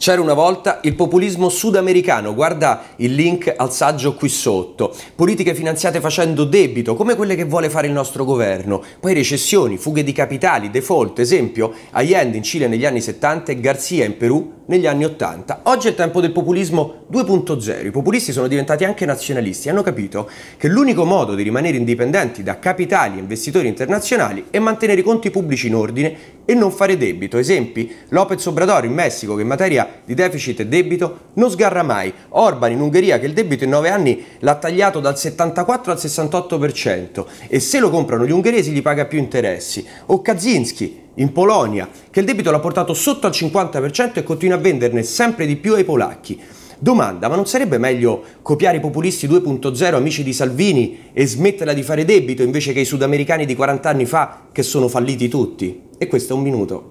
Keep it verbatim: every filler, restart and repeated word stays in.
C'era una volta il populismo sudamericano, guarda il link al saggio qui sotto. Politiche finanziate facendo debito, come quelle che vuole fare il nostro governo. Poi recessioni, fughe di capitali, default, esempio Allende in Cile negli anni settanta e Garcia in Perù negli anni ottanta. Oggi è il tempo del populismo due punto zero. I populisti sono diventati anche nazionalisti, hanno capito che l'unico modo di rimanere indipendenti da capitali e investitori internazionali è mantenere i conti pubblici in ordine e non fare debito. Esempi? López Obrador in Messico che in materia di deficit e debito non sgarra mai. Orban in Ungheria che il debito in nove anni l'ha tagliato dal settantaquattro al sessantotto per cento e se lo comprano gli ungheresi gli paga più interessi. O Kaczynski in Polonia che il debito l'ha portato sotto al cinquanta per cento e continua a venderne sempre di più ai polacchi. Domanda, ma non sarebbe meglio copiare i populisti due punto zero amici di Salvini e smetterla di fare debito invece che i sudamericani di quaranta anni fa che sono falliti tutti? E questo è un minuto.